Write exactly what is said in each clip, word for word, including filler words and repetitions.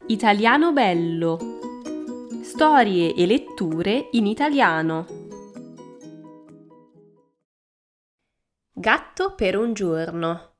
Italiano bello. Storie e letture in italiano. Gatto per un giorno.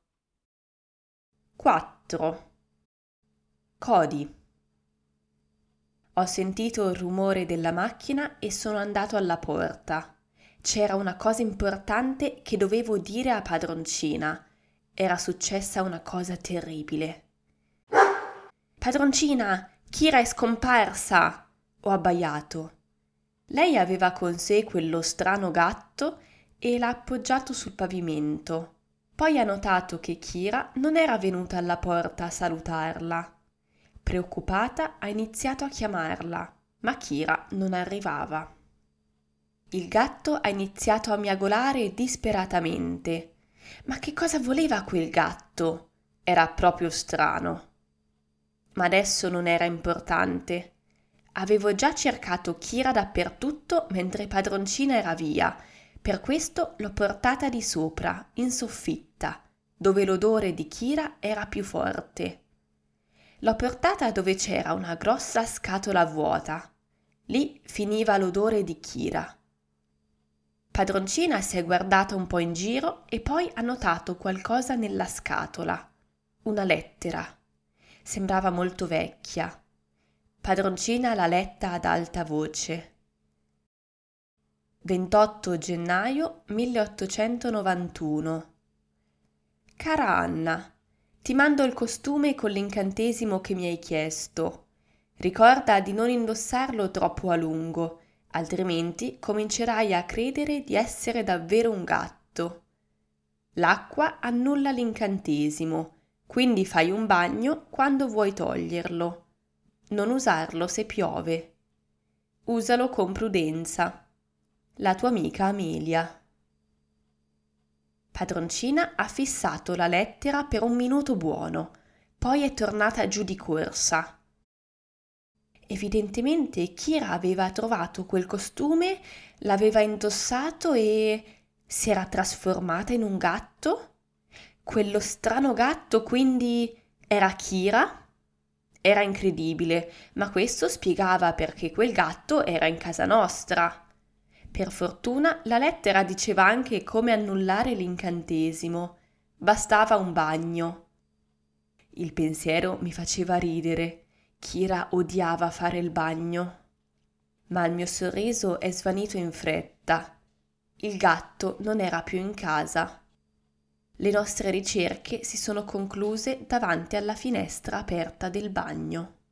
quattro. Cody. Ho sentito il rumore della macchina e sono andato alla porta. C'era una cosa importante che dovevo dire a padroncina. Era successa una cosa terribile. Padroncina, Kira è scomparsa! Ho abbaiato. Lei aveva con sé quello strano gatto e l'ha appoggiato sul pavimento. Poi ha notato che Kira non era venuta alla porta a salutarla. Preoccupata ha iniziato a chiamarla, ma Kira non arrivava. Il gatto ha iniziato a miagolare disperatamente. Ma che cosa voleva quel gatto? Era proprio strano. Ma adesso non era importante. Avevo già cercato Kira dappertutto mentre padroncina era via. Per questo l'ho portata di sopra, in soffitta, dove l'odore di Kira era più forte. L'ho portata dove c'era una grossa scatola vuota. Lì finiva l'odore di Kira. Padroncina si è guardata un po' in giro e poi ha notato qualcosa nella scatola. Una lettera. Sembrava molto vecchia. Padroncina l'ha letta ad alta voce. ventotto gennaio milleottocentonovantuno. Cara Anna, ti mando il costume con l'incantesimo che mi hai chiesto. Ricorda di non indossarlo troppo a lungo, altrimenti comincerai a credere di essere davvero un gatto. L'acqua annulla l'incantesimo, quindi fai un bagno quando vuoi toglierlo. Non usarlo se piove. Usalo con prudenza. La tua amica Amelia. Padroncina ha fissato la lettera per un minuto buono, poi è tornata giù di corsa. Evidentemente Kira aveva trovato quel costume, l'aveva indossato e si era trasformata in un gatto? Quello strano gatto quindi era Kira? Era incredibile, ma questo spiegava perché quel gatto era in casa nostra. Per fortuna la lettera diceva anche come annullare l'incantesimo. Bastava un bagno. Il pensiero mi faceva ridere. Kira odiava fare il bagno. Ma il mio sorriso è svanito in fretta. Il gatto non era più in casa. Le nostre ricerche si sono concluse davanti alla finestra aperta del bagno.